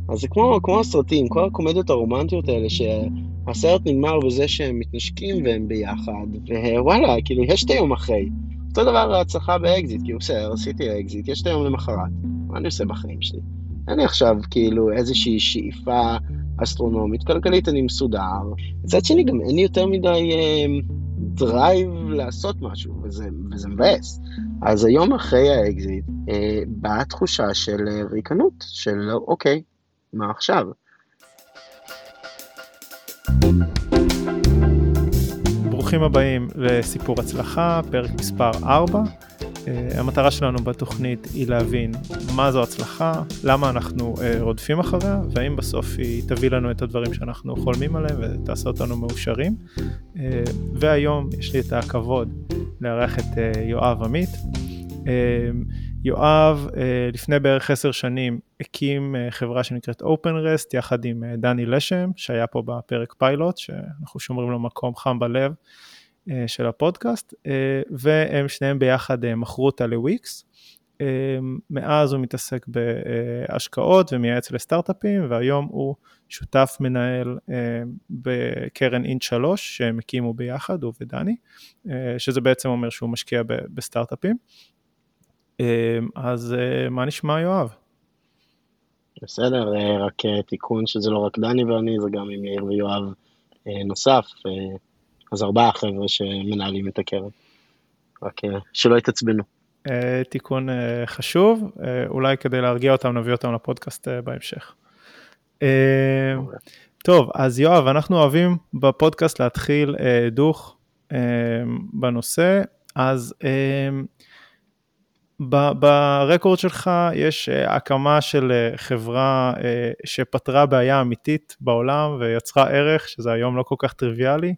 אז זה כמו הסרטים, כל הקומדיות הרומנטיות האלה, שהסרט נגמר בזה שהם מתנשקים והם ביחד, ווואלה, כאילו, יש את היום אחרי. אותו דבר ההצלחה באקזיט, כאילו, בסדר, עשיתי אקזיט, יש את היום למחרת. מה אני עושה בחיים שלי? אין לי עכשיו, כאילו, איזושהי שאיפה אסטרונומית, כלכלית אני מסודר. מצד שני, גם אין לי יותר מדי דרייב לעשות משהו, וזה מבאס. אז היום אחרי האקזיט, באה תחושה של ריקנות, של אוקיי, מה עכשיו? ברוכים הבאים לסיפור הצלחה, פרק מספר 4. המטרה שלנו בתוכנית היא להבין מה זו הצלחה, למה אנחנו רודפים אחריה, והאם בסוף היא תביא לנו את הדברים שאנחנו חולמים עליהם ותעשה אותנו מאושרים. והיום יש לי את הכבוד לארח את יואב עמית. יואב לפני בערך 10 שנים הקים חברה שנקראת OpenRest יחד עם דני לשם, שהיה פה בפרק פיילוט, שאנחנו שומרים לו מקום חם בלב של הפודקאסט, והם שניהם ביחד מכרו אותה לוויקס. מאז הוא מתעסק בהשקעות ומייעץ לסטארט-אפים, והיום הוא שותף מנהל בקרן אינט 3 שהם הקימו ביחד, הוא ודני, שזה בעצם אומר שהוא משקיע בסטארט-אפים. אז מה נשמע יואב? בסדר, רק תיקון שזה לא רק דני ואני, זה גם עם יאיר ויואב נוסף, אז 4 חבר'ה שמנהלים את הקרן, רק שלא יתעצבנו. תיקון חשוב, אולי כדי להרגיע אותם נביא אותם לפודקאסט בהמשך. טוב, אז יואב, אנחנו אוהבים בפודקאסט להתחיל דוך בנושא, אז ברקורד שלך יש הקמה של חברה שפתרה בעיה אמיתית בעולם ויצרה ערך, שזה היום לא כל כך טריוויאלי,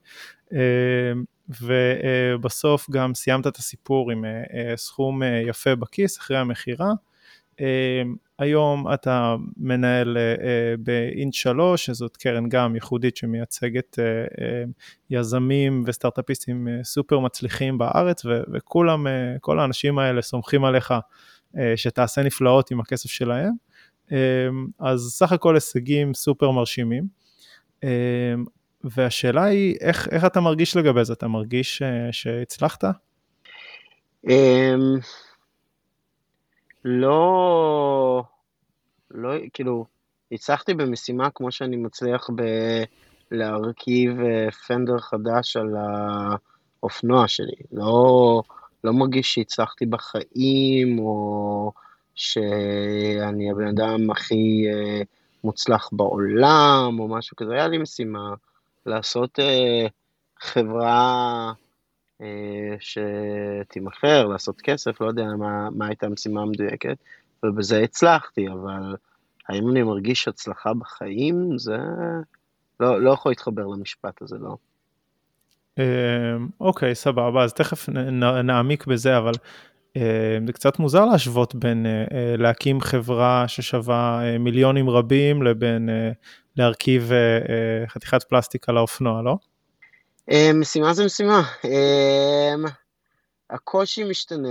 ובסוף גם סיימת את הסיפור עם סכום יפה בכיס אחרי המחירה. היום אתה מנהל באינט 3, שזאת קרן גם ייחודית שמייצגת יזמים וסטארט-אפיסטים סופר מצליחים בארץ, וכולם, כל האנשים האלה סומכים עליך שתעשה נפלאות עם הכסף שלהם. אז סך הכל הישגים סופר מרשימים. והשאלה היא, איך אתה מרגיש לגבי זה? אתה מרגיש שהצלחת? לא, כאילו, הצלחתי במשימה כמו שאני מצליח להרכיב פנדר חדש על האופנוע שלי. לא מרגיש שהצלחתי בחיים, או שאני הבן אדם הכי מוצלח בעולם, או משהו כזה. היה לי משימה לעשות חברה שתימכר, לעשות כסף, לא יודע מה הייתה המשימה המדויקת, ובזה הצלחתי, אבל האם אני מרגיש הצלחה בחיים? זה לא יכול להתחבר למשפט הזה, לא. אוקיי, סבבה, אז תכף נעמיק בזה, אבל זה קצת מוזר להשוות בין להקים חברה ששווה מיליונים רבים, לבין להרכיב חתיכת פלסטיק על האופנוע, לא? משימה זה משימה. הקושי משתנה,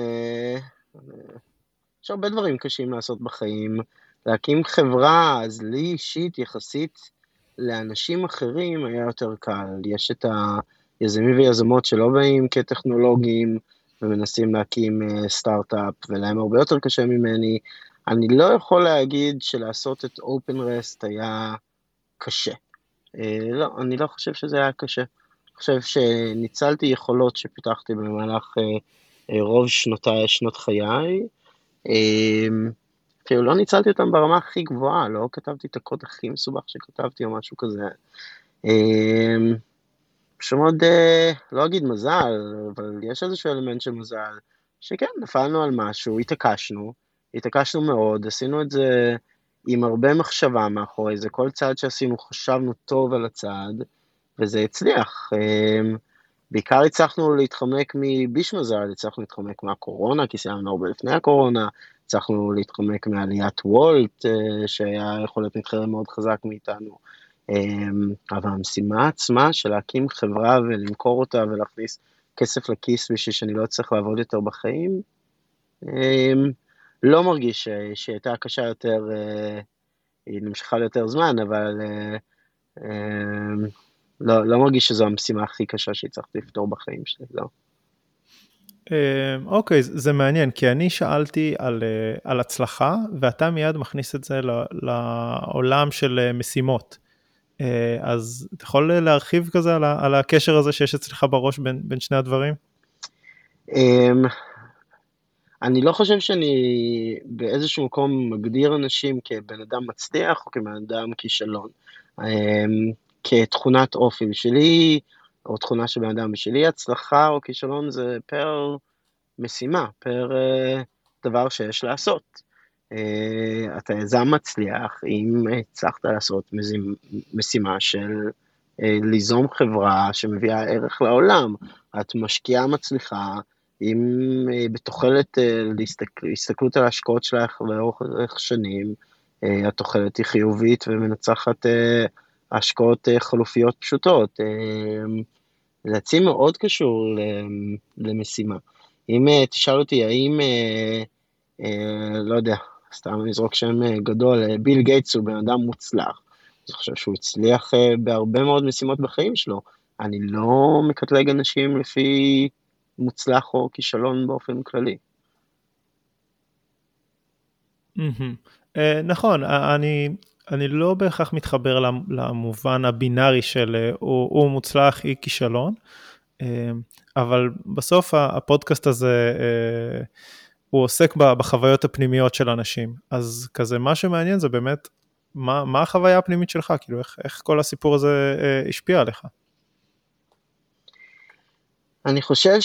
יש הרבה דברים קשים לעשות בחיים. להקים חברה, אז לי אישית יחסית לאנשים אחרים היה יותר קל. יש את היזמים ויזמות שלא באים כטכנולוגים ומנסים להקים סטארט-אפ, ולהם הרבה יותר קשה ממני. אני לא יכול להגיד שלעשות את OpenRest היה קשה. לא, אני לא חושב שזה היה קשה. אני חושב שניצלתי יכולות שפיתחתי במהלך רוב שנות חיי, כאילו לא ניצלתי אותם ברמה הכי גבוהה, לא כתבתי את הקוד הכי מסובך שכתבתי או משהו כזה. פשוט מאוד, לא אגיד מזל, אבל יש איזשהו אלמנט של מזל, שכן, נפלנו על משהו, התעקשנו מאוד, עשינו את זה עם הרבה מחשבה מאחורי זה, כל צעד שעשינו חשבנו טוב על הצעד, וזה הצליח. בעיקר הצלחנו להתחמק מביש מזל, הצלחנו להתחמק מהקורונה, כי סיימנו הרבה לפני הקורונה, הצלחנו להתחמק מעליית וולט, שהיה יכול להיות מתחרה מאוד חזק מאיתנו. אבל המשימה עצמה של להקים חברה ולמכור אותה ולהכניס כסף לכיס בשביל שאני לא צריך לעבוד יותר בחיים, לא מרגיש שהייתה קשה יותר היא נמשכה ליותר זמן, אבל לא מרגיש שזו המשימה הכי קשה שהצלחתי לפתור בחיים שלי, לא. אוקיי, זה מעניין, כי אני שאלתי על הצלחה, ואתה מיד מכניס את זה לעולם של משימות. אז אתה יכול להרחיב כזה על הקשר הזה שיש אצלך בראש בין שני הדברים? אני לא חושב שאני באיזשהו מקום מגדיר אנשים כבן אדם מצליח או כבן אדם כישלון. כתכונת אופי שלי, או תכונה של בן אדם בשלי, הצלחה או כישלון זה פר משימה, פר דבר שיש לעשות. אתה יזם מצליח אם הצלחת לעשות משימה של ליזום חברה שמביאה ערך לעולם. את משקיעה מצליחה, אם בתוחלת הסתכלות על ההשקעות שלך לאורך שנים, התוחלת היא חיובית ומנצחת השקעות חלופיות פשוטות. זה עצים מאוד קשור למשימה. אם תשאל אותי האם, לא יודע, סתם נזרוק שם גדול, ביל גייטס הוא בן אדם מוצלח, אני חושב שהוא הצליח בהרבה מאוד משימות בחיים שלו. אני לא מקטלג אנשים לפי מוצלח או כישלון באופן כללי. נכון, אני לא בהכרח מתחבר למובן הבינארי של הוא מוצלח, היא כישלון, אבל בסוף הפודקאסט הזה, הוא עוסק בחוויות הפנימיות של אנשים, אז כזה מה שמעניין זה באמת, מה החוויה הפנימית שלך, כאילו איך כל הסיפור הזה השפיע עליך? אני חושב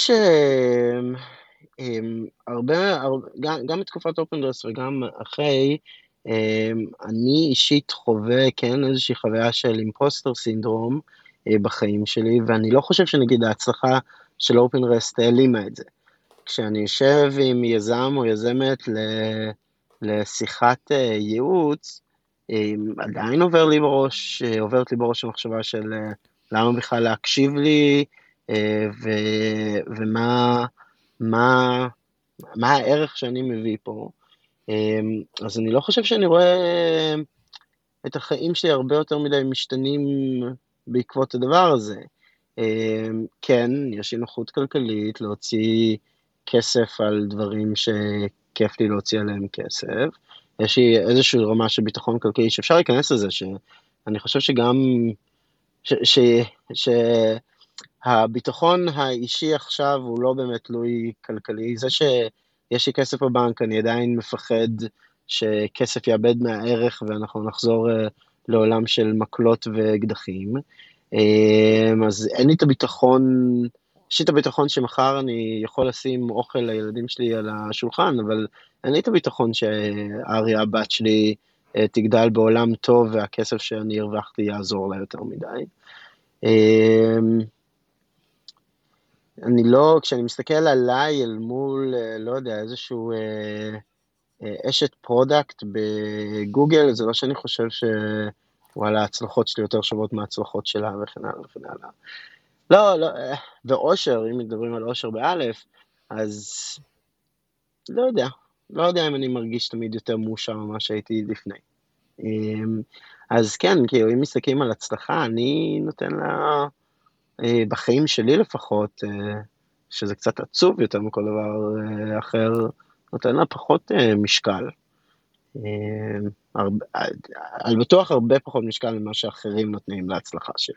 גם בתקופת אופנדרס וגם אחרי, אני אישית חווה, כן, איזושהי חוויה של אימפוסטר סינדרום בחיים שלי, ואני לא חושב שנגיד ההצלחה של אופנדרס העלימה את זה. כשאני יושב עם יזם או יזמת לשיחת ייעוץ, עדיין עוברת לי בראש המחשבה של למה בכלל להקשיב לי, ומה הערך שאני מביא פה. אז אני לא חושב שאני רואה את החיים שלי הרבה יותר מדי משתנים בעקבות הדבר הזה. כן, יש לי נוחות כלכלית להוציא כסף על דברים שכיף לי להוציא עליהם כסף. יש לי איזושהי רמה של ביטחון כלכלי שאפשר להיכנס לזה, שאני חושב שגם שהביטחון האישי עכשיו הוא לא באמת תלוי כלכלי. זה שיש לי כסף בבנק, אני עדיין מפחד שכסף יאבד מהערך ואנחנו נחזור לעולם של מקלות ואקדחים. אז אין לי את הביטחון, יש לי את הביטחון שמחר אני יכול לשים אוכל לילדים שלי על השולחן, אבל אין לי את הביטחון שאריה הבת שלי תגדל בעולם טוב והכסף שאני הרווחתי יעזור לה יותר מדי. אני לא, כשאני מסתכל עליי אל מול, לא יודע, איזשהו אשת פרודקט בגוגל, זה לא שאני חושב שוואלה, ההצלחות שלי יותר שוות מההצלחות שלה וכן הלאה וכן הלאה. לא, ואושר, אם מדברים על אושר באלף, אז לא יודע אם אני מרגיש תמיד יותר מאושר ממה שהייתי לפני. אז כן, כאילו, אם מסתכלים על הצלחה, אני נותן לה, בחיים שלי לפחות, שזה קצת עצוב יותר מכל דבר אחר, נותן לה פחות משקל. על בטוח הרבה פחות משקל ממה שאחרים נותנים להצלחה שלי.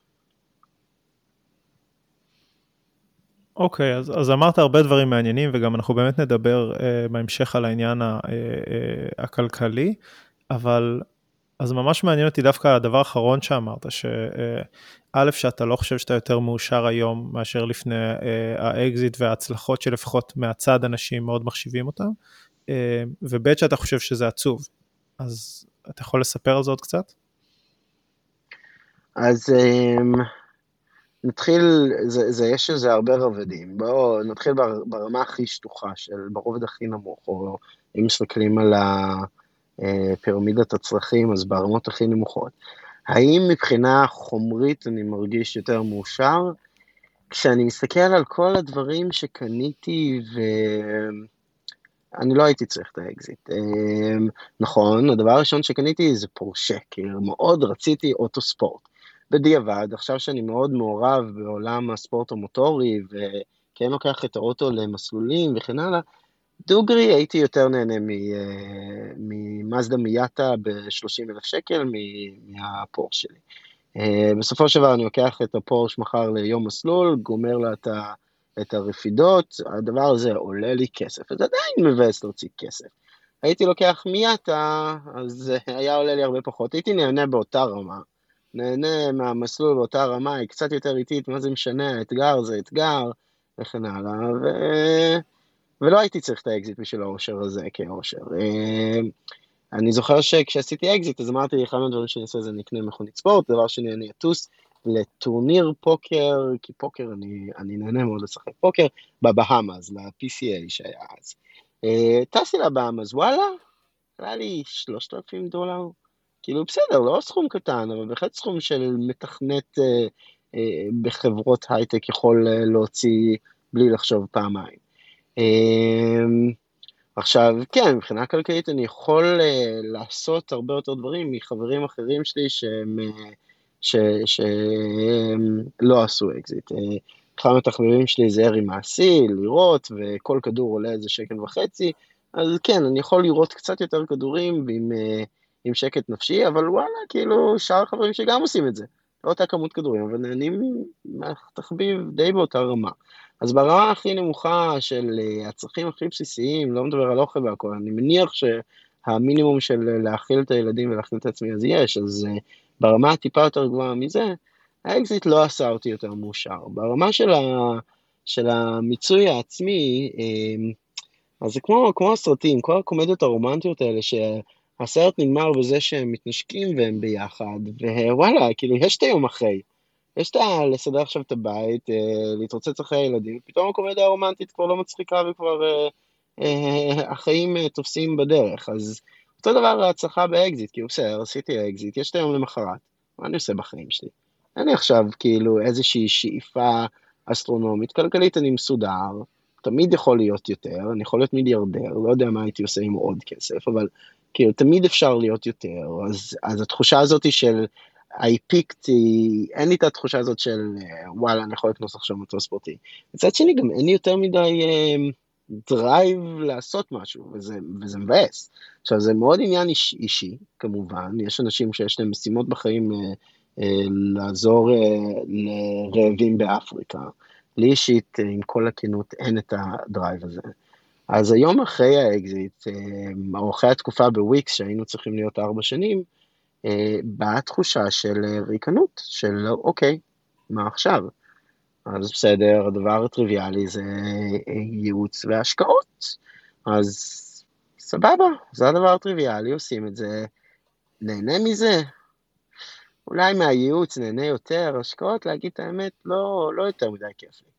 אוקיי, אז אמרת הרבה דברים מעניינים, וגם אנחנו באמת נדבר בהמשך על העניין הכלכלי, אבל אז ממש מעניין אותי דווקא הדבר האחרון שאמרת, שא' שאתה לא חושב שאתה יותר מאושר היום מאשר לפני האקזיט וההצלחות שלפחות מהצד אנשים מאוד מחשיבים אותם, וב' שאתה חושב שזה עצוב. אז אתה יכול לספר על זה עוד קצת? אז נתחיל, יש לזה הרבה רבדים. בואו נתחיל ברמה הכי שטוחה, ברובד הכי נמוך, או אם מסתכלים על פירמידת הצרכים, אז ברמות הכי נמוכות. האם מבחינה חומרית אני מרגיש יותר מאושר? כשאני מסתכל על כל הדברים שקניתי אני לא הייתי צריך את האקזיט. נכון, הדבר הראשון שקניתי זה פורשה, כי מאוד רציתי אוטו ספורט. בדיעבד, עכשיו שאני מאוד מעורב בעולם הספורט המוטורי, וכן לוקח את האוטו למסלולים וכן הלאה, דוגרי הייתי יותר נהנה ממזדה מיאטה ב-30,000 שקל מהפורש שלי. בסופו של דבר אני לוקח את הפורש מחר ליום מסלול, גומר לה את הרפידות, הדבר הזה עולה לי כסף, אז עדיין מבאס להוציא כסף. הייתי לוקח מיאטה, אז היה עולה לי הרבה פחות, הייתי נהנה באותה רמה, נהנה מהמסלול באותה רמה, היא קצת יותר איטית, מה זה משנה, האתגר זה אתגר, וכן הלאה, ולא הייתי צריך את האקזיט בשביל האושר הזה כאושר. אני זוכר שכשעשיתי אקזיט, אז אמרתי, אחד מהדברים שאני אעשה זה נקנה מכונית ספורט, דבר שני אני אטוס לטורניר פוקר, כי פוקר, אני נהנה מאוד לשחק פוקר, בבהאמאז, ל-PCA שהיה אז. טסתי לבהאמאז, וואלה, היה לי $3,000, כאילו בסדר, לא סכום קטן, אבל בהחלט סכום של מתכנת בחברות הייטק יכול להוציא בלי לחשוב פעמיים. עכשיו, כן, מבחינה כלכלית אני יכול לעשות הרבה יותר דברים מחברים אחרים שלי שהם לא עשו אקזיט. אחד מהתחביבים שלי זה ירי מעשי, לראות, וכל כדור עולה איזה 1.5 שקל, אז כן, אני יכול לראות קצת יותר כדורים עם שקט נפשי, אבל וואלה, כאילו, שאר החברים שגם עושים את זה. לא אותה כמות כדורים, אבל נהנים מהתחביב די באותה רמה. אז ברמה הכי נמוכה של הצרכים הכי בסיסיים, לא מדבר על אוכל והכל, אני מניח שהמינימום של להאכיל את הילדים ולהאכיל את עצמי אז יש, אז ברמה הטיפה יותר גבוהה מזה, האקזיט לא עשה אותי יותר מאושר. ברמה של המיצוי העצמי, אז זה כמו הסרטים, כל הקומדיות הרומנטיות האלה, שהסרט נגמר בזה שהם מתנשקים והם ביחד, ווואלה, כאילו יש את היום אחרי. יש את לסדר עכשיו את הבית, להתרוצץ אחרי הילדים, פתאום הקומדיה הרומנטית כבר לא מצחיקה וכבר החיים תופסים בדרך. אז אותו דבר ההצלחה באקזיט, כאילו בסדר, עשיתי אקזיט, יש את היום למחרת, מה אני עושה בחיים שלי? אין לי עכשיו כאילו איזושהי שאיפה אסטרונומית, כלכלית אני מסודר, תמיד יכול להיות יותר, אני יכול להיות מיליארדר, לא יודע מה הייתי עושה עם עוד כסף, אבל כאילו תמיד אפשר להיות יותר, אז התחושה הזאת של I picked, אין לי את התחושה הזאת של וואלה, אני יכול לקנוס עכשיו מטוס ספורטי. מצד שני, גם אין לי יותר מדי דרייב לעשות משהו, וזה מבאס. עכשיו, זה מאוד עניין אישי, כמובן, יש אנשים שיש להם משימות בחיים לעזור לרעבים באפריקה. לי אישית, עם כל הכנות, אין את הדרייב הזה. אז היום אחרי האקזיט, או אחרי התקופה בוויקס, שהיינו צריכים להיות 4 שנים, באה תחושה של ריקנות, של אוקיי, מה עכשיו? אז בסדר, הדבר הטריוויאלי זה ייעוץ והשקעות, אז סבבה, זה הדבר הטריוויאלי, עושים את זה, נהנה מזה, אולי מהייעוץ נהנה יותר, השקעות, להגיד את האמת, לא יותר מדי כיף לי.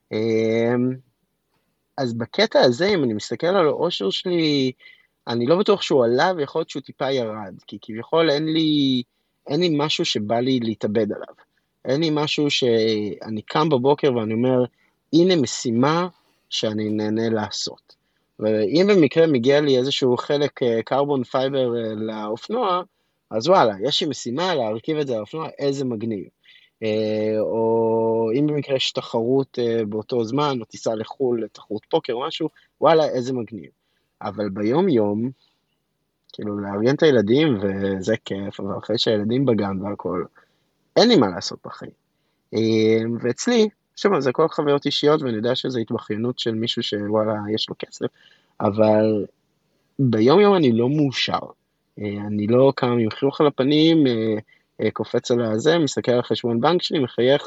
אז בקטע הזה, אם אני מסתכל על האושר שלי, אני לא בטוח שהוא עלה, ויכול להיות שהוא טיפה ירד, כי כביכול אין לי משהו שבא לי להתאבד עליו. אין לי משהו שאני קם בבוקר ואני אומר, הנה משימה שאני נהנה לעשות. ואם במקרה מגיע לי איזשהו חלק קרבון פייבר לאופנוע, אז וואלה, יש לי משימה להרכיב את זה לאופנוע, איזה מגניב. או אם במקרה יש תחרות באותו זמן, או טיסה לחול לתחרות פוקר או משהו, וואלה, איזה מגניב. אבל ביום יום, כאילו לארגן את הילדים וזה כיף, אבל אחרי שהילדים בגן והכל, אין לי מה לעשות בחיים. ואצלי, שמה, זה כל חוויות אישיות, ואני יודע שזו התבחיינות של מישהו שוואלה, יש לו כסף, אבל ביום יום אני לא מאושר. אני לא קם עם חיוך על הפנים, קופץ על הזה, מסתכל על חשבון בנק שלי, מחייך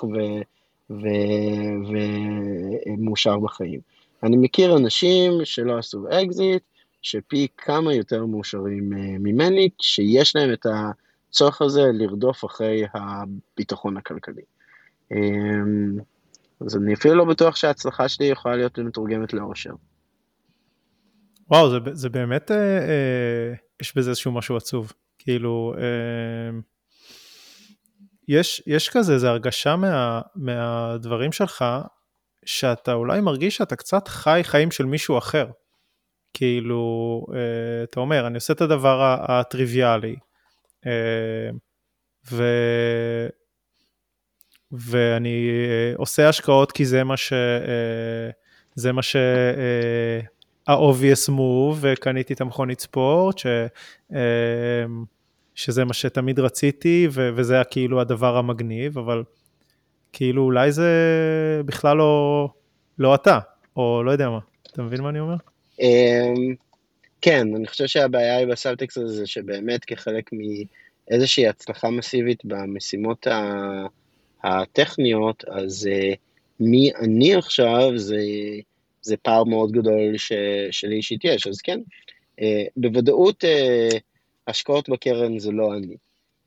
ומאושר בחיים. אני מכיר אנשים שלא עשו אקזיט, שפי כמה יותר מאושרים ממני, שיש להם את הצורך הזה לרדוף אחרי הביטחון הכלכלי. אז אני אפילו לא בטוח שההצלחה שלי יכולה להיות מתורגמת לאושר. וואו, זה באמת, יש בזה איזשהו משהו עצוב. כאילו, יש כזה, איזו הרגשה מהדברים שלך, שאתה אולי מרגיש שאתה קצת חי חיים של מישהו אחר. כאילו, אתה אומר, אני עושה את הדבר הטריוויאלי, ואני עושה השקעות כי זה מה ה-obvious move, וקניתי את המכונית ספורט, שזה מה שתמיד רציתי, וזה כאילו הדבר המגניב, אבל כאילו אולי זה בכלל לא אתה, או לא יודע מה. אתה מבין מה אני אומר? כן, אני חושב שהבעיה היא בסאבטקסט הזה, שבאמת כחלק מאיזושהי הצלחה מסיבית במשימות הטכניות, אז מי אני עכשיו, זה פער מאוד גדול שלי אישית יש, אז כן, בוודאות השקעות בקרן זה לא אני,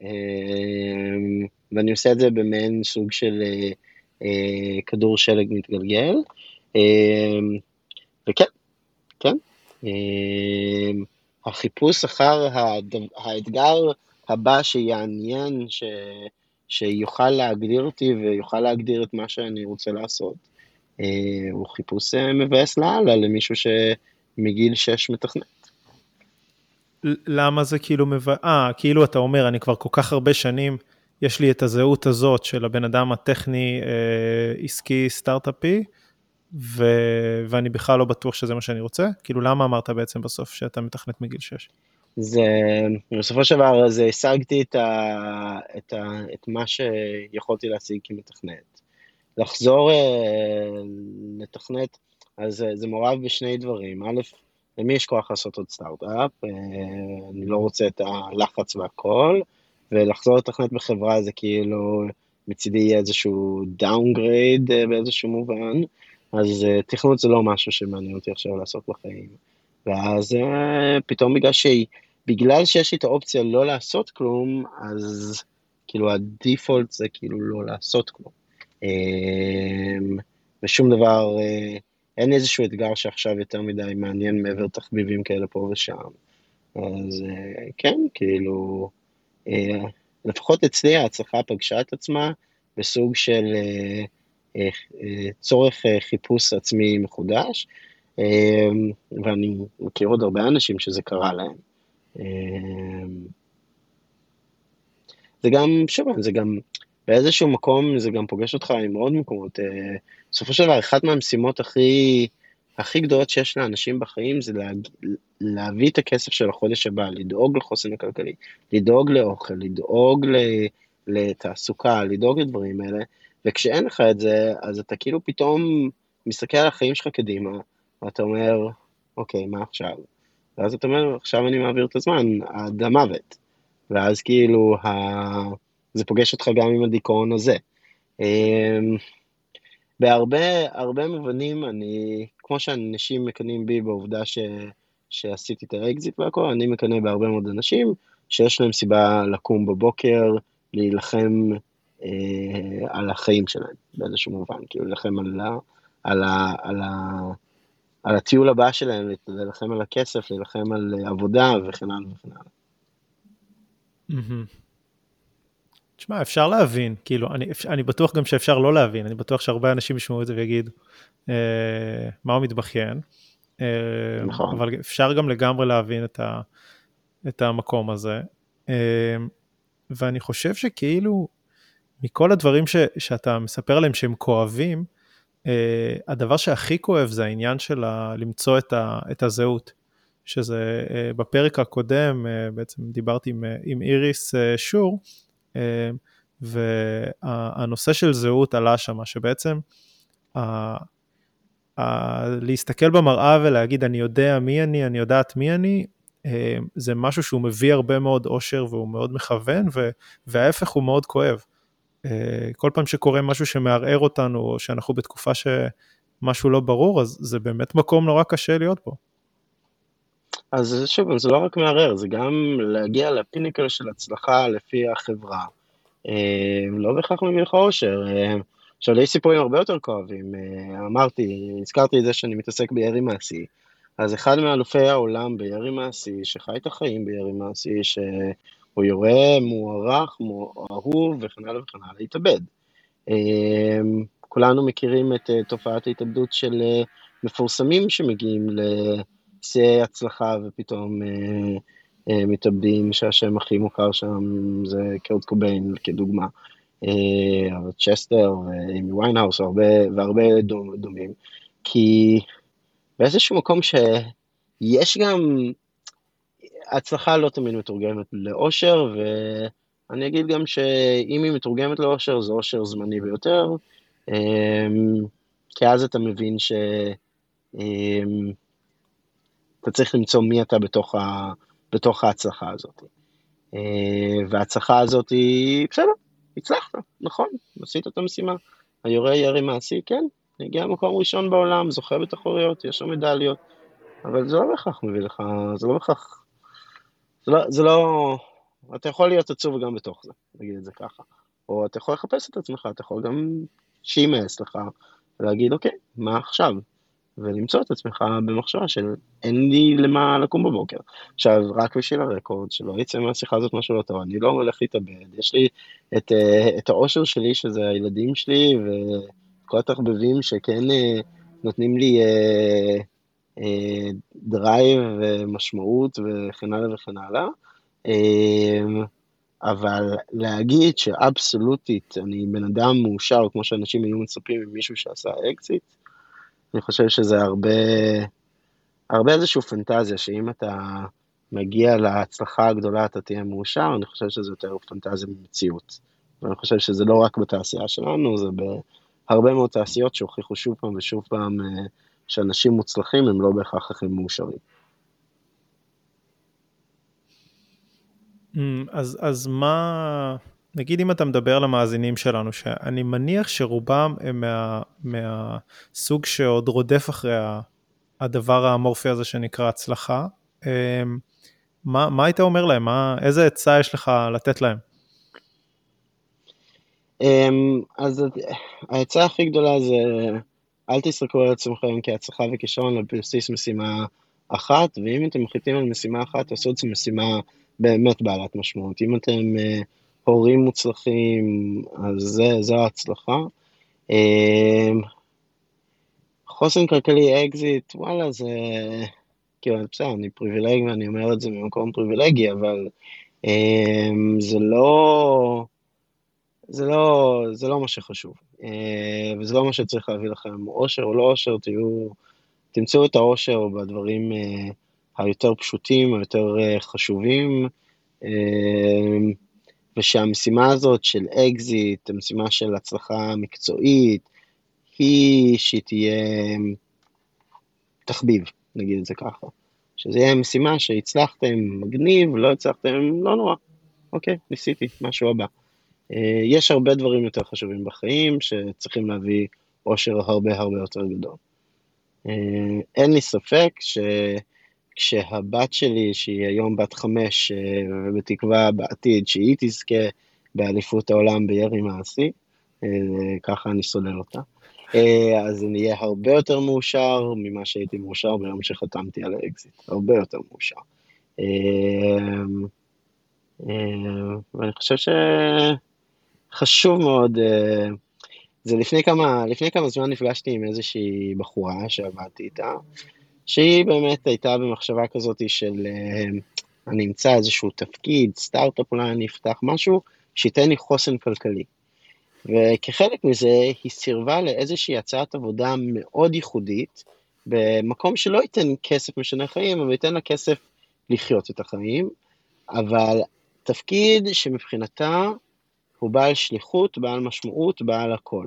ואני עושה את זה במעין סוג של כדור שלג מתגלגל, וכן, כן, החיפוש אחר האתגר הבא שיעניין, שיוכל להגדיר אותי ויוכל להגדיר את מה שאני רוצה לעשות, הוא חיפוש מבאס לאללה למישהו שמגיל 6 מתכנת. למה זה כאילו כאילו אתה אומר, אני כבר כל כך הרבה שנים, יש לי את הזהות הזאת של הבן אדם הטכני, עסקי, סטארט-אפי, ואני בכלל לא בטוח שזה מה שאני רוצה? כאילו, למה אמרת בעצם בסוף שאתה מתכנת מגיל 6? בסופו של דבר, אז השגתי את מה שיכולתי להשיג כמתכנת. לחזור לתכנת, אז זה מעורב בשני דברים. א', למי יש כוח לעשות עוד סטארט-אפ? אני לא רוצה את הלחץ והכל, ולחזור לתכנת בחברה זה כאילו מצידי יהיה איזשהו דאונגרייד באיזשהו מובן, אז תכנות זה לא משהו שמעניין אותי עכשיו לעשות בחיים. ואז פתאום בגלל שיש לי את האופציה לא לעשות כלום, אז כאילו הדיפולט זה כאילו לא לעשות כלום. ושום דבר, אין איזשהו אתגר שעכשיו יותר מדי מעניין מעבר תחביבים כאלה פה ושם. אז כן, כאילו, לפחות אצלי ההצלחה פגשה את עצמה בסוג של צורך חיפוש עצמי מחודש, ואני מכיר עוד הרבה אנשים שזה קרה להם. זה גם, שוב, זה גם באיזשהו מקום, זה גם פוגש אותך עם עוד מקומות. בסופו של דבר, אחת מהמשימות הכי גדולות שיש לאנשים בחיים, זה להביא את הכסף של החודש הבא, לדאוג לחוסן הכלכלי, לדאוג לאוכל, לדאוג לתעסוקה, לדאוג לדברים האלה, וכשאין לך את זה, אז אתה כאילו פתאום מסתכל על החיים שלך קדימה, ואתה אומר, אוקיי, מה עכשיו? ואז אתה אומר, עכשיו אני מעביר את הזמן עד המוות. ואז כאילו, זה פוגש אותך גם עם הדיכאון הזה. בהרבה מובנים, כמו שאנשים מקנים בי בעובדה שעשיתי את האקזיט והכל, אני מקנה בהרבה מאוד אנשים שיש להם סיבה לקום בבוקר, להילחם על החיים שלהם, באיזשהו מובן, כאילו להילחם על הטיול הבא שלהם, להילחם על הכסף, להילחם על עבודה וכן הלאה וכן הלאה. תשמע, אפשר להבין, כאילו, אני בטוח גם שאפשר לא להבין, אני בטוח שהרבה אנשים ישמעו את זה ויגיד, מה הוא מתבכיין, נכון. אבל אפשר גם לגמרי להבין את המקום הזה, ואני חושב שכאילו, מכל הדברים שאתה מספר עליהם שהם כואבים, הדבר שהכי כואב זה העניין של למצוא את הזהות, שזה בפרק הקודם, בעצם דיברתי עם איריס שור, והנושא של זהות עלה שם, שבעצם להסתכל במראה ולהגיד אני יודע מי אני יודעת מי אני, זה משהו שהוא מביא הרבה מאוד אושר והוא מאוד מכוון, וההפך הוא מאוד כואב. כל פעם שקורה משהו שמערער אותנו, או שאנחנו בתקופה שמשהו לא ברור, אז זה באמת מקום נורא קשה להיות פה. אז שוב, זה לא רק מערער, זה גם להגיע לפיניקל של הצלחה לפי החברה. לא בהכרח מביא לך אושר. עכשיו, יש סיפורים הרבה יותר כואבים. הזכרתי את זה שאני מתעסק בירי מעשי. אז אחד מאלופי העולם בירי מעשי, שחי את החיים בירי מעשי, שהוא יורה מוערך, אהוב וכן הלאה וכן הלאה, להתאבד. כולנו מכירים את תופעת ההתאבדות של מפורסמים שמגיעים שיאי הצלחה ופתאום מתאבדים שהשם הכי מוכר שם זה קורט קוביין כדוגמה, אבל צ'סטר ואימי ויינהאוס והרבה דומים, כי באיזשהו מקום שיש גם, הצלחה לא תמיד מתורגמת לאושר, ואני אגיד גם שאם היא מתורגמת לאושר, זה אושר זמני ביותר, כי אז אתה מבין שאתה צריך למצוא מי אתה בתוך ההצלחה הזאת. וההצלחה הזאת היא, בסדר, הצלחת, נכון, עשית את המשימה. היורה ירי מעשי, כן, הגיע מקום ראשון בעולם, זוכה בתחרויות, יש שם מדליות, אבל זה לא בהכרח מביא לך, זה לא בהכרח, זה לא, אתה יכול להיות עצוב גם בתוך זה, נגיד את זה ככה. או אתה יכול לחפש את עצמך, אתה יכול גם שימאס לך, ולהגיד, אוקיי, מה עכשיו? ולמצוא את עצמך במחשבה של אין לי למה לקום בבוקר. עכשיו, רק בשביל הרקורד, שלא יצא מהשיחה הזאת משהו לא טוב, אני לא הולך להתאבד, יש לי את האושר שלי, שזה הילדים שלי, וכל התחבבים שכן נותנים לי דרייב ומשמעות וכן הלאה וכן הלאה. אבל להגיד שאבסולוטית אני בן אדם מאושר, כמו שאנשים היו מצפים ממישהו שעשה אקזיט, אני חושב שזה הרבה איזושהי פנטזיה, שאם אתה מגיע להצלחה הגדולה אתה תהיה מאושר, אני חושב שזה יותר פנטזיה ממציאות. ואני חושב שזה לא רק בתעשייה שלנו, זה בהרבה מאוד תעשיות שהוכיחו שוב פעם ושוב פעם שאנשים מוצלחים הם לא בהכרח הכי מאושרים. אז מה, נגיד אם אתה מדבר למאזינים שלנו, שאני מניח שרובם הם מהסוג שעוד רודף אחרי הדבר האמורפי הזה שנקרא הצלחה, מה היית אומר להם? איזה עצה יש לך לתת להם? אז העצה הכי גדולה זה, אל תסתכלו על עצמכם כהצלחה וכישרון על בסיס משימה אחת, ואם אתם מחליטים על משימה אחת, תעשו את זה משימה באמת בעלת משמעות. אם אתם הורים מוצלחים, אז זו ההצלחה. חוסן כלכלי אקזיט, וואלה, זה, כאילו, בסדר, אני פריבילג ואני אומר את זה ממקום פריבילגי, אבל זה לא מה שחשוב, וזה לא מה שצריך להביא לכם, אושר או לא אושר, תמצאו את האושר בדברים היותר פשוטים, היותר חשובים, ושהמשימה הזאת של אקזיט, המשימה של הצלחה מקצועית, שהיא תהיה תחביב, נגיד את זה ככה. שזה יהיה משימה שהצלחתם מגניב, לא הצלחתם, לא נורא. אוקיי, ניסיתי, משהו הבא. יש הרבה דברים יותר חשובים בחיים שצריכים להביא אושר הרבה הרבה יותר גדול. אין לי ספק שכשהבת שלי, שהיא היום בת 5, ובתקווה בעתיד שהיא תזכה באליפות העולם בירי מעשי, ככה אני סולל אותה. אז אני אהיה הרבה יותר מאושר ממה שהייתי מאושר ביום שחתמתי על האקזיט. הרבה יותר מאושר. ואני חושב שחשוב מאוד, זה לפני כמה זמן נפגשתי עם איזושהי בחורה שעבדתי איתה, שהיא באמת הייתה במחשבה כזאת של אני אמצא איזשהו תפקיד, סטארט-אפ אולי אני אפתח משהו, שייתן לי חוסן כלכלי. וכחלק מזה היא סירבה לאיזושהי הצעת עבודה מאוד ייחודית, במקום שלא ייתן כסף משנה חיים, אבל ייתן לה כסף לחיות את החיים, אבל תפקיד שמבחינתה הוא בעל שליחות, בעל משמעות, בעל הכל.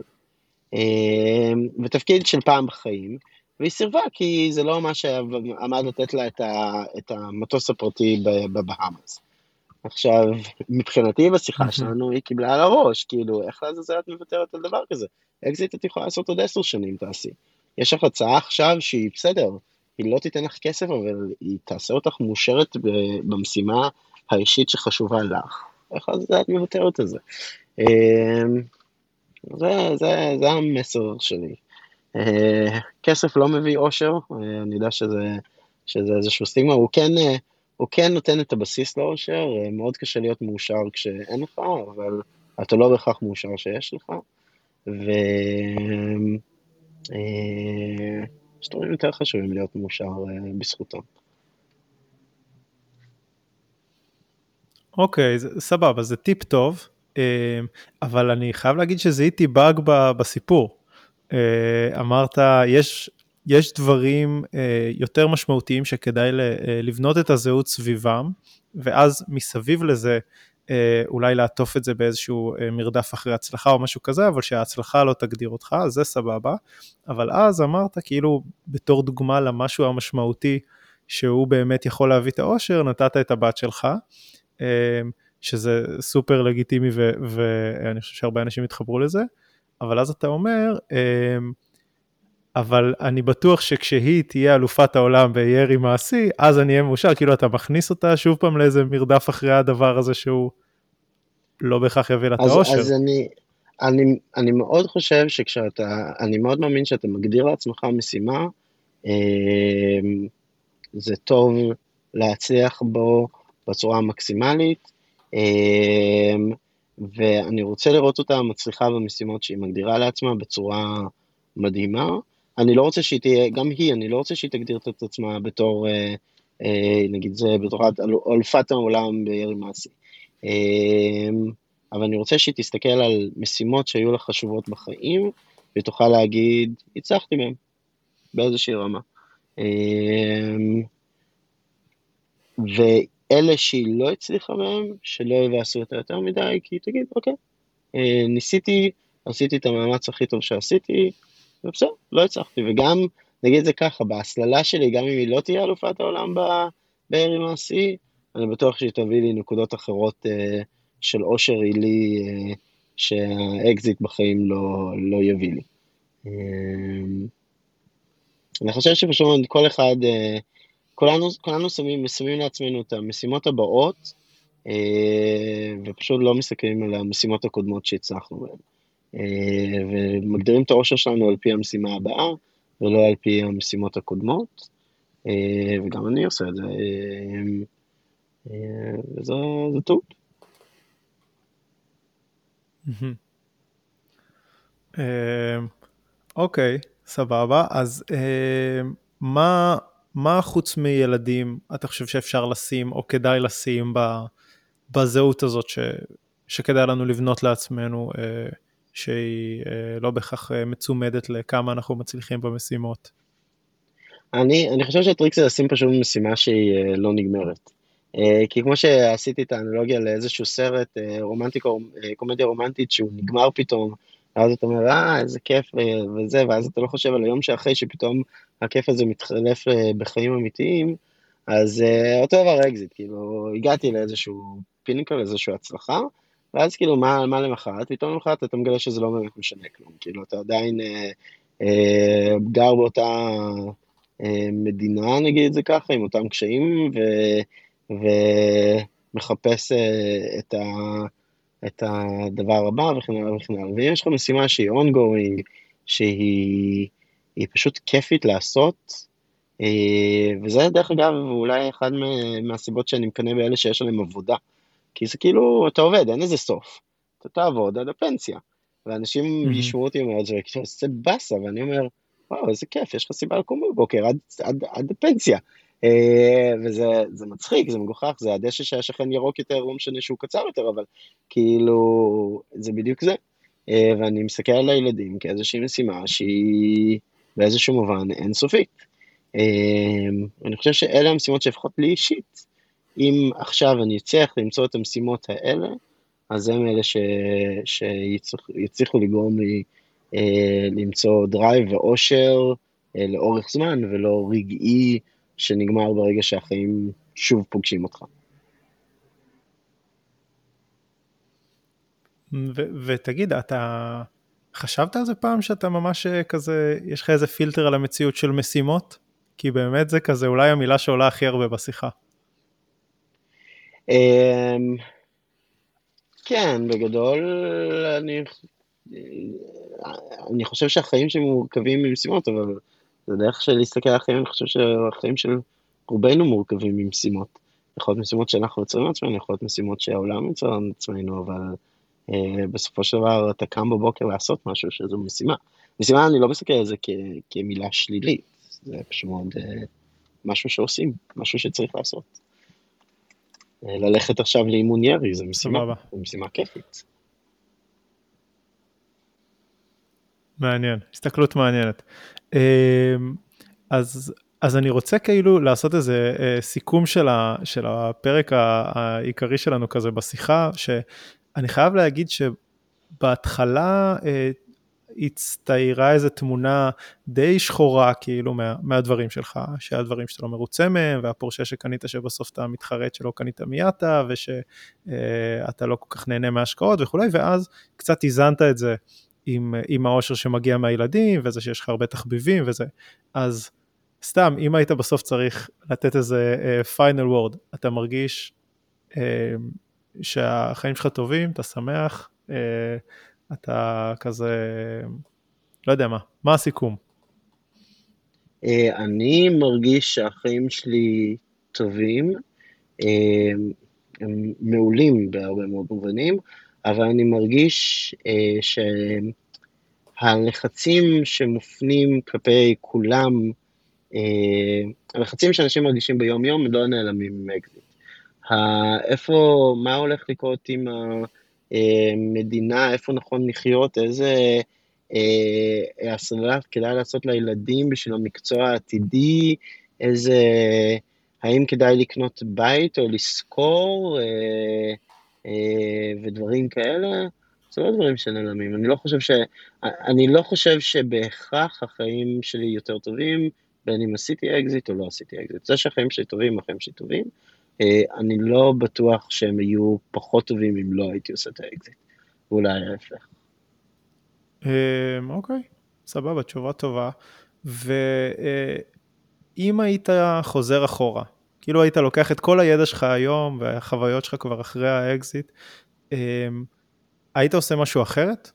ותפקיד של פעם בחיים, והיא סירבה כי זה לא מה שעמד לתת לה את המטוס הפרטי בבהאמאס. עכשיו, מבחינתי בשיחה שלנו היא קיבלה על הראש, כאילו, איך לעזאזל את מוותרת על דבר כזה? אקזיט את יכולה לעשות עוד 10 שנים, תעשי. יש לך הצעה עכשיו שהיא בסדר, היא לא תיתן לך כסף, אבל היא תעשה אותך מאושרת במשימה האישית שחשובה לך. איך לעזאזל את מוותרת על זה? זה המסר שלי. כסף לא מביא אושר, אני יודע שזה איזשהו סטיגמה, הוא כן נותן את הבסיס לאושר, מאוד קשה להיות מאושר כשאין לך, אבל אתה לא בהכרח מאושר שיש לך, יש דברים יותר חשובים להיות מאושר בזכותם. אוקיי, סבבה, זה טיפ טוב, אבל אני חייב להגיד שזיהיתי באג בסיפור. אמרת, יש דברים יותר משמעותיים שכדאי לבנות את הזהות סביבם, ואז מסביב לזה, אולי לעטוף את זה באיזשהו מרדף אחרי הצלחה או משהו כזה, אבל שההצלחה לא תגדיר אותך, אז זה סבבה. אבל אז אמרת, כאילו, בתור דוגמה למשהו המשמעותי, שהוא באמת יכול להביא את האושר, נתת את הבת שלך, שזה סופר לגיטימי ואני חושב שהרבה אנשים יתחברו לזה, אבל אז אתה אומר, אבל אני בטוח שכשהיא תהיה אלופת העולם בירי מעשי, אז אני אהיה מאושר, כאילו אתה מכניס אותה שוב פעם לאיזה מרדף אחרי הדבר הזה שהוא לא בהכרח יביא לה את האושר. אז אני מאוד חושב אני מאוד מאמין שאתה מגדיר לעצמך משימה, זה טוב להצליח בו בצורה המקסימלית, ואני רוצה לראות אותה מצליחה במשימות שהיא מגדירה לעצמה בצורה מדהימה. אני לא רוצה שהיא תהיה, גם היא, אני לא רוצה שהיא תגדיר את עצמה בתור, נגיד זה, בתור אלופת העולם בירי מעשי. אבל אני רוצה שהיא תסתכל על משימות שהיו לה חשובות בחיים, ותוכל להגיד, הצלחתי מהם, באיזושהי רמה. ואלה שהיא לא הצליחה מהם, שלא יבאסו אותה יותר מדי, כי תגיד, אוקיי, ניסיתי, עשיתי את המאמץ הכי טוב שעשיתי, ובסדר, לא הצלחתי. וגם, נגיד את זה ככה, בהסללה שלי, גם אם היא לא תהיה אלופת העולם בירי מעשי, אני בטוח שהיא תביא לי נקודות אחרות של אושר עילי, שהאקזיט בחיים לא יביא לי. אני חושב שפשוט כל אחד, כולנו שמים לעצמנו את המשימות הבאות, ופשוט לא מסתכלים על המשימות הקודמות שהצלחנו בהן. ומגדירים את האושר שלנו על פי המשימה הבאה, ולא על פי המשימות הקודמות, וגם אני עושה את זה, וזה טוב. אוקיי, סבבה, אז מה חוץ מילדים אתה חושב שאפשר לשים או כדאי לשים בזהות הזאת שכדאי לנו לבנות לעצמנו, שהיא לא בהכרח מצומדת לכמה אנחנו מצליחים במשימות? אני חושב שהטריק זה לשים פשוט משימה שהיא לא נגמרת. כי כמו שעשיתי את האנלוגיה לאיזשהו סרט קומדיה רומנטית שהוא נגמר פתאום, ואז אתה אומר, איזה כיף וזה, ואז אתה לא חושב על היום שאחרי שפתאום הכיף הזה מתחלף בחיים אמיתיים, אז אותו דבר אקזיט, כאילו, הגעתי לאיזשהו פיניקל, איזשהו הצלחה, ואז כאילו, מה למחרת? פתאום למחרת אתה מגלה שזה לא באמת משנה כלום, כאילו, אתה עדיין גר באותה מדינה, נגיד את זה ככה, עם אותם קשיים, ומחפש את הדבר הבא וכן הלאה וכן הלאה. ואם יש לך משימה שהיא ongoing, שהיא פשוט כיפית לעשות, וזה דרך אגב אולי אחד מהסיבות שאני מקנא באלה שיש עליהם עבודה, כי זה כאילו, אתה עובד, אין איזה סוף, אתה תעבוד עד הפנסיה, ואנשים ישמעו אותי אומרת, זה באסה, ואני אומר, וואו, איזה כיף, יש לך סיבה לקום בבוקר עד הפנסיה. וזה מצחיק, זה מגוחך, זה הדשא שהשכן ירוק יותר, לא משנה שהוא קצר יותר, אבל כאילו, זה בדיוק זה. ואני מסתכל על הילדים כאיזושהי משימה שהיא באיזשהו מובן אינסופית. אני חושב שאלה המשימות שהפכות לי אישית. אם עכשיו אני אצליח למצוא את המשימות האלה, אז הם אלה שיצליחו לגרום לי למצוא דרייב ואושר לאורך זמן, ולא רגעי שנגמר ברגע שהחיים שוב פוגשים אותך. ותגיד, אתה חשבת על זה פעם שאתה ממש כזה, יש לך איזה פילטר על המציאות של משימות? כי באמת זה כזה אולי המילה שעולה הכי הרבה בשיחה. כן, בגדול אני חושב שהחיים שהם מורכבים ממשימות, אבל זה דרך של להסתכל על החיים, אני חושב שהחיים של רובנו מורכבים ממשימות. יכול להיות משימות שאנחנו יוצרים לעצמנו, יכול להיות משימות שהעולם יוצר לעצמנו, אבל בסופו של דבר אתה קם בבוקר לעשות משהו שזו משימה. משימה אני לא מסתכל על זה כמילה שלילית, זה פשוט מאוד משהו שעושים, משהו שצריך לעשות. ללכת עכשיו לאימון ירי, זו סבבה. משימה כיפית. מעניין, הסתכלות מעניינת. אז אני רוצה כאילו לעשות איזה סיכום של הפרק העיקרי שלנו כזה בשיחה, שאני חייב להגיד שבהתחלה הצטיירה איזו תמונה די שחורה כאילו מהדברים שלך, שהדברים שאתה לא מרוצה מהם, והפורשה שקנית שבסוף אתה מתחרט שלא קנית מיאטה, ושאתה לא כל כך נהנה מהשקעות וכולי, ואז קצת איזנת את זה עם העושר שמגיע מהילדים, וזה שיש לך הרבה תחביבים וזה. אז סתם, אם היית בסוף צריך לתת איזה final word, אתה מרגיש שהחיים שלך טובים, אתה שמח, אתה כזה, לא יודע מה הסיכום? אני מרגיש שהחיים שלי טובים, הם מעולים בהרבה מאוד מובנים, אבל אני מרגיש שהלחצים שמופנים כלפי כולם, הלחצים שאנשים מרגישים ביום יום לא נעלמים עם אקזיט. מה הולך לקרות עם המדינה, איפה נכון לחיות, איזה הסללה כדאי לעשות לילדים בשביל המקצוע העתידי, האם כדאי לקנות בית או לשכור, ודברים כאלה, זה לא דברים שנעלמים. אני לא חושב שבהכרח החיים שלי יותר טובים, בין אם עשיתי אקזיט או לא עשיתי אקזיט. זה שהחיים שלי טובים, החיים שלי טובים. אני לא בטוח שהם יהיו פחות טובים אם לא הייתי עושה את האקזיט. ואולי ההפך. אוקיי, סבבה, תשובה טובה. ואם היית חוזר אחורה, כאילו היית לוקח את כל הידע שלך היום, והחוויות שלך כבר אחרי האקזיט, היית עושה משהו אחרת?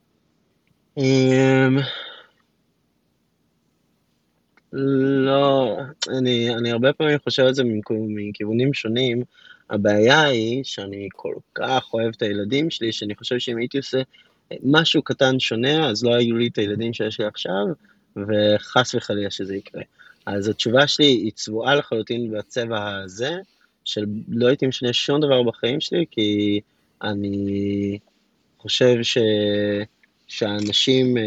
לא, אני הרבה פעמים חושב על זה מכיוונים שונים. הבעיה היא שאני כל כך אוהב את הילדים שלי, שאני חושב שאם הייתי עושה משהו קטן שונה, אז לא היו לי את הילדים שיש לי עכשיו, וחס וחלילה שזה יקרה. אז התשובה שלי היא צבועה לחלוטין בצבע הזה, של לא הייתי משנה שום דבר בחיים שלי, כי אני חושב שהאנשים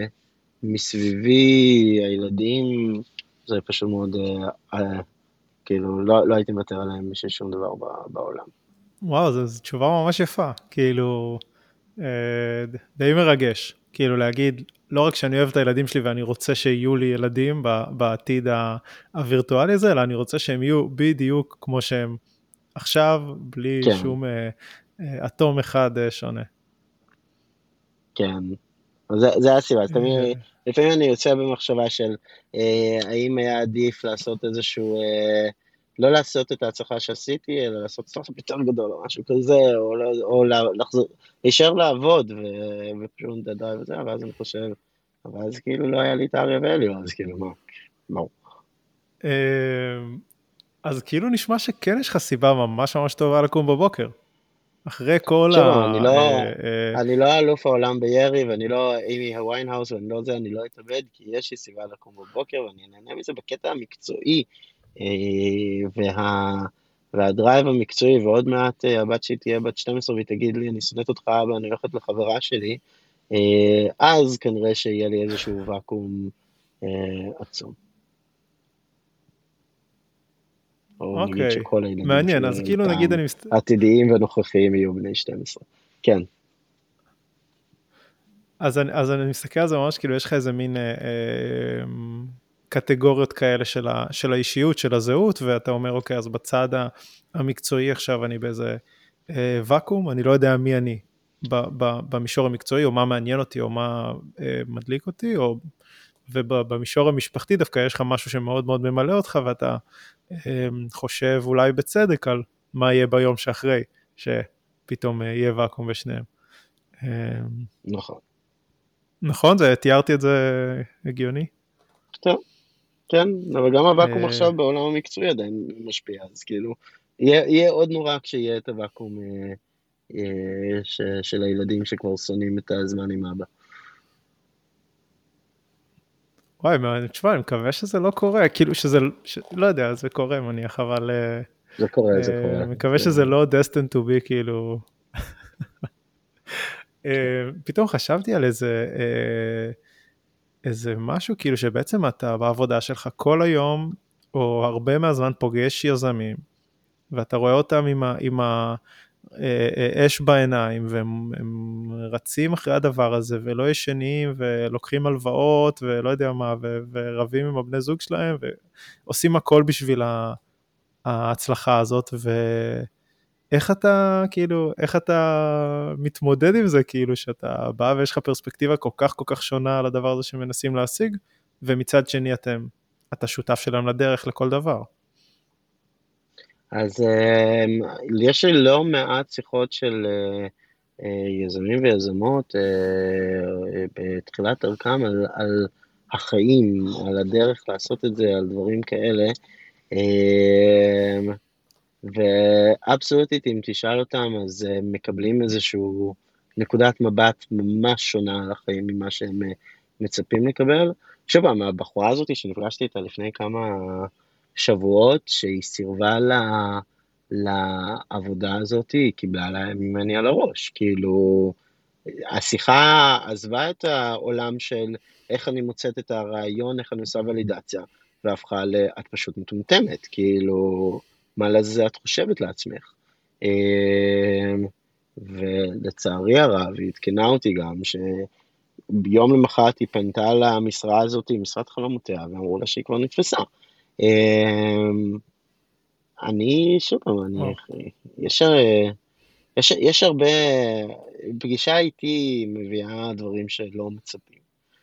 מסביבי, הילדים, זה פשוט מאוד, כאילו, לא הייתי מוותר עליהם בשביל שום דבר בעולם. וואו, זו תשובה ממש יפה, כאילו, די מרגש, כאילו להגיד, לא רק שאני אוהב את הילדים שלי ואני רוצה שיהיו לי ילדים בעתיד הווירטואלי הזה, אלא אני רוצה שהם יהיו בדיוק כמו שהם עכשיו, בלי כן, שום אטום אחד שונה. כן. אז זה הסיבה, אז אה, לפעמים אני יוצא במחשבה של האם היה עדיף לעשות איזשהו, לא לעשות את ההצלחה שעשיתי, אלא לעשות סטארט-אפ יותר גדול או משהו כזה, או לחזור, להישאר לעבוד ופשוט דדריי וזה, ואז אני חושב, אבל אז כאילו לא היה לי את אריה ואליו, אז כאילו מה? אז כאילו נשמע שכן יש לך סיבה ממש ממש טובה לקום בבוקר. אחרי כל תראו, אני לא אלוף העולם בירי, ואני לא אימי הוויינהאוס, ואני לא זה, אני לא אתאבד, כי יש לי סיבה לקום בבוקר, ואני נהנה מזה בקטע המקצועי, והדרייב המקצועי, ועוד מעט הבת שלי תהיה בת 12 והיא תגיד לי, אני שונאת אותך אבא, אני הולכת לחברה שלי, אז כנראה שיהיה לי איזשהו ואקום עצום. או נגיד אוקיי, שכל הילדים מעניין, שלי אז אי כאילו נגיד פעם אני עתידיים ונוכחיים יהיו בני 12. כן. אז אני מסתכל על זה ממש כאילו יש לך איזה מין קטגוריות כאלה של האישיות, של הזהות, ואתה אומר אוקיי, אז בצד המקצועי עכשיו אני באיזה ואקום, אני לא יודע מי אני במישור המקצועי, או מה מעניין אותי, או מה מדליק אותי, ובמישור המשפחתי דווקא יש לך משהו שמאוד מאוד ממלא אותך, ואתה חושב אולי בצדק על מה יהיה ביום שאחרי, שפתאום יהיה ואקום בשניהם. נכון. נכון, תיארתי את זה הגיוני. טוב, כן, אבל גם הוואקום עכשיו בעולם המקצועי עדיין משפיע, אז כאילו, יהיה עוד נורא כשיהיה את הוואקום של הילדים שכבר שונאים את הזמן עם אבא. וואי, תשמע, אני מקווה שזה לא קורה, כאילו שזה, לא יודע, זה קורה מניח, אבל זה קורה, זה קורה. מקווה שזה לא destined to be, כאילו, פתאום חשבתי על איזה משהו, כאילו שבעצם אתה בעבודה שלך כל היום, או הרבה מהזמן פוגש יזמים, ואתה רואה אותם עם האש בעיניים, והם רצים אחרי הדבר הזה, ולא ישנים, ולוקחים הלוואות, ולא יודע מה, ורבים עם הבני זוג שלהם, ועושים הכל בשביל ההצלחה הזאת, ואיך אתה, כאילו, איך אתה מתמודד עם זה, כאילו, שאתה בא ויש לך פרספקטיבה כל כך שונה על הדבר הזה שמנסים להשיג, ומצד שני אתה שותף שלהם לדרך לכל דבר. אז יש לי לא מעט שיחות של יזמים ויזמות בתחילת דרכם על החיים, על הדרך לעשות את זה, על דברים כאלה. ואבסולוטית, אם תשאל אותם, אז הם מקבלים איזשהו נקודת מבט ממש שונה על החיים ממה שהם מצפים לקבל. שוב פעם, הבחורה הזאת שנפגשתי איתה לפני כמה שבועות, שהיא סירבה לעבודה הזאת, היא קיבלה לה ממני על הראש. כאילו, השיחה עזבה את העולם של איך אני מוצאת את הרעיון, איך אני עושה ולידציה, והפכה את פשוט מטומטמת, כאילו, מה לזה את חושבת לעצמך? ולצערי הרב, היא התקנה אותי גם, שביום למחרת היא פנתה למשרה הזאת, משרת חלומותיה, ואמרו לה שהיא כבר נתפסה. אני, שוב פעם, יש הרבה, פגישה איתי מביאה דברים שלא מצפים.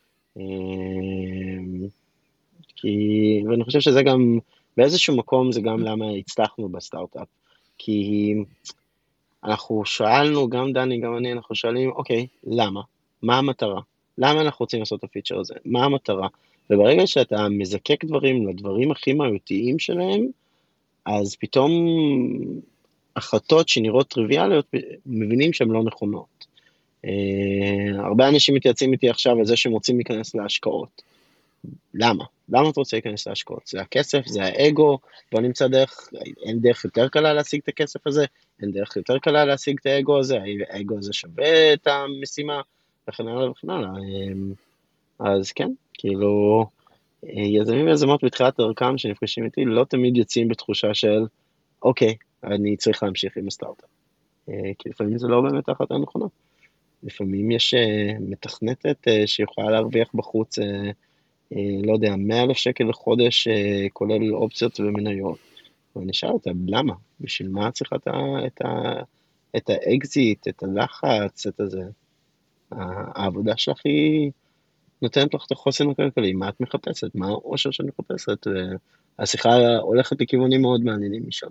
ואני חושב שזה גם, באיזשהו מקום זה גם למה הצלחנו בסטארט-אפ. כי אנחנו שאלנו, גם דני, גם אני, אנחנו שואלים, אוקיי, למה? מה המטרה? למה אנחנו רוצים לעשות את הפיצ'ר הזה? מה המטרה? וברגע שאתה מזקק דברים לדברים הכי מהותיים שלהם, אז פתאום החלטות שנראות טריוויאליות, מבינים שהן לא נכונות. הרבה אנשים מתייעצים איתי עכשיו על זה שהם רוצים להיכנס להשקעות. למה? למה אתה רוצה להיכנס להשקעות? זה הכסף, זה האגו, בוא נמצא דרך, אין דרך יותר קלה להשיג את הכסף הזה, אין דרך יותר קלה להשיג את האגו הזה, האגו הזה שווה את המשימה, וכן הלאה וכן הלאה. אז כן, כאילו, יזמים ויזמות בתחילת דרכם שנפגשים איתי, לא תמיד יוצאים בתחושה של, אוקיי, אני צריך להמשיך עם הסטארט-אפ. כי לפעמים זה לא באמת ההחלטה הנכונה. לפעמים יש מתכנתת שיכולה להרוויח בחוץ, לא יודע, 100,000 שקל לחודש, כולל אופציות ומניות. ואני שאל אותה, למה? בשביל מה צריך את האקזיט, את הלחץ, את הזה? העבודה שלך היא נותנת לך את החוסן הכלכלי, מה את מחפשת? מה האושר שאני מחפשת? והשיחה הולכת לכיוונים מאוד מעניינים משם.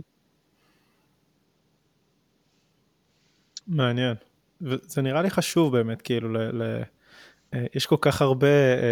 מעניין. וזה נראה לי חשוב באמת, כאילו, יש כל כך הרבה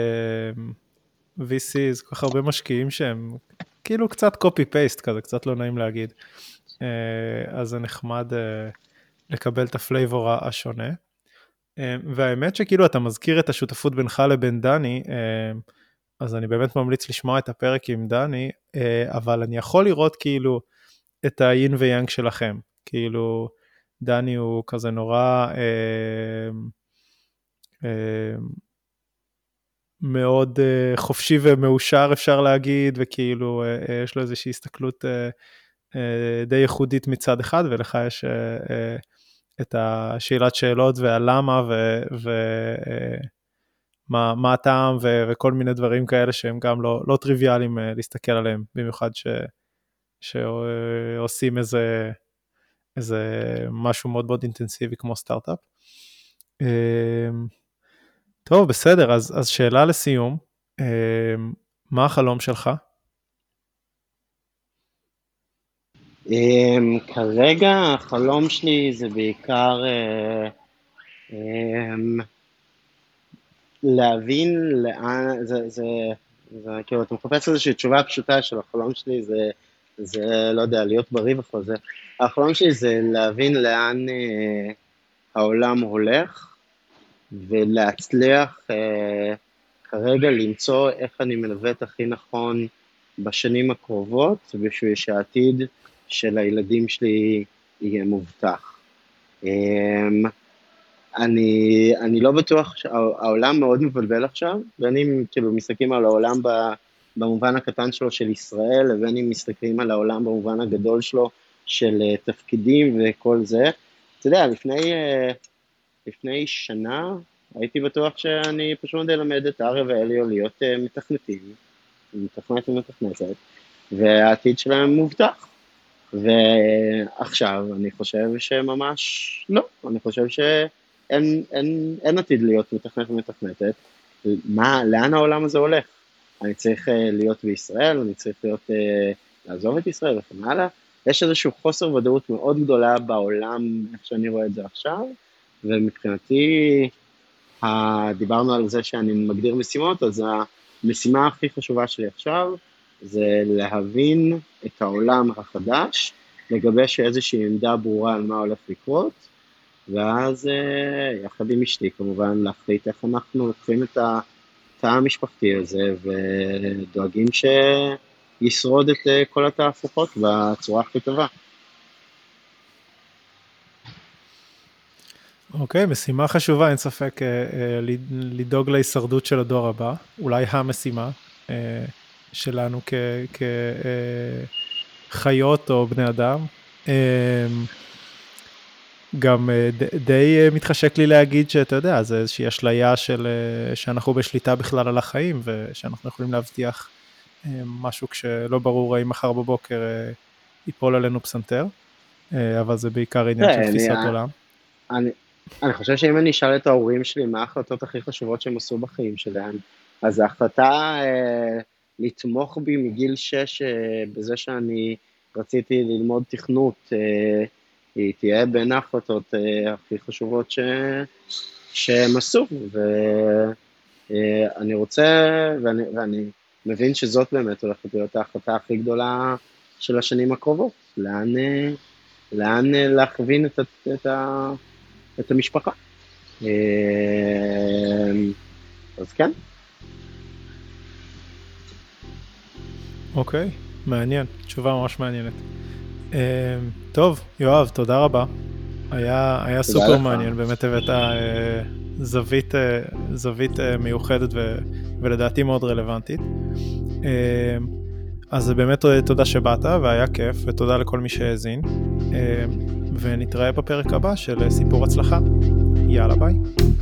VCs, כל כך הרבה משקיעים שהם כאילו קצת copy-paste כזה, קצת לא נעים להגיד. אז זה נחמד לקבל את הפלייבור השונה. והאמת שכאילו אתה מזכיר את השותפות בינך לבין דני, אז אני באמת ממליץ לשמוע את הפרק עם דני, אבל אני יכול לראות כאילו את היין ויאנג שלכם. כאילו דני הוא כזה נורא מאוד חופשי ומאושר אפשר להגיד, וכאילו יש לו איזושהי הסתכלות די ייחודית מצד אחד, ולך יש את השאלת שאלות והלמה ומה הטעם וכל מיני דברים כאלה שהם גם לא טריוויאליים להסתכל עליהם, במיוחד שעושים איזה משהו מאוד מאוד אינטנסיבי כמו סטארט-אפ. טוב, בסדר, אז שאלה לסיום, מה החלום שלך? כרגע החלום שלי זה בעיקר להבין לאן, זה כאילו, אתה מחפש איזושהי תשובה פשוטה של החלום שלי, זה לא יודע, להיות בריא וכל זה. החלום שלי זה להבין לאן העולם הולך, ולהצליח כרגע למצוא איך אני מנווט הכי נכון בשנים הקרובות, בשביל שהעתיד של הילדים שלי יהיה מובטח. אני לא בטוח, העולם מאוד מבלבל עכשיו, בין אם כאילו מסתכלים על העולם במובן הקטן שלו של ישראל, לבין אם מסתכלים על העולם במובן הגדול שלו של תפקידים וכל זה. אתה יודע, לפני שנה הייתי בטוח שאני פשוט אלמד את אריה ואליו להיות מתכנתים, מתכנת ומתכנתת, והעתיד שלהם מובטח. ועכשיו אני חושב שממש לא, אני חושב שאין עתיד להיות מתכנת ומתכנתת. לאן העולם הזה הולך? אני צריך להיות בישראל, אני צריך לעזוב את ישראל וכן הלאה. יש איזשהו חוסר ודאות מאוד גדולה בעולם, איך שאני רואה את זה עכשיו, ומבחינתי, דיברנו על זה שאני מגדיר משימות, אז המשימה הכי חשובה שלי עכשיו, זה להבין את העולם החדש, לגבש איזושהי עמדה ברורה על מה הולך לקרות, ואז יחד עם אשתי כמובן להחליט איך אנחנו לוקחים את התא המשפחתי הזה, ודואגים שישרוד את כל התהפוכות בצורה הכי טובה. אוקיי, משימה חשובה, אין ספק, לדאוג להישרדות של הדור הבא, אולי המשימה שלנו כחיות או בני אדם. גם די מתחשק לי להגיד שאתה יודע, זה איזושהי אשליה שאנחנו בשליטה בכלל על החיים, ושאנחנו יכולים להבטיח משהו כשלא ברור האם מחר בבוקר ייפול עלינו פסנתר, אבל זה בעיקר עניין של תפיסת עולם. אני חושב שאם אני אשאל את ההורים שלי מה ההחלטות הכי חשובות שהם עשו בחיים שלהם, אז ההחלטה לתמוך בי מגיל 6 בזה שאני רציתי ללמוד תכנות, היא תהיה בין ההחלטות הכי חשובות שהם עשו, ואני רוצה, ואני מבין שזאת באמת הולכת להיות ההחלטה הכי גדולה של השנים הקרובות, לאן להכווין את המשפחה. אז כן. אוקיי, מעניין, תשובה ממש מעניינת. טוב, יואב, תודה רבה. היה סופר מעניין, באמת הבאת זווית מיוחדת ולדעתי מאוד רלוונטית. אז באמת תודה שבאת והיה כיף, ותודה לכל מי שהאזין. ונתראה בפרק הבא של סיפור הצלחה. יאללה ביי.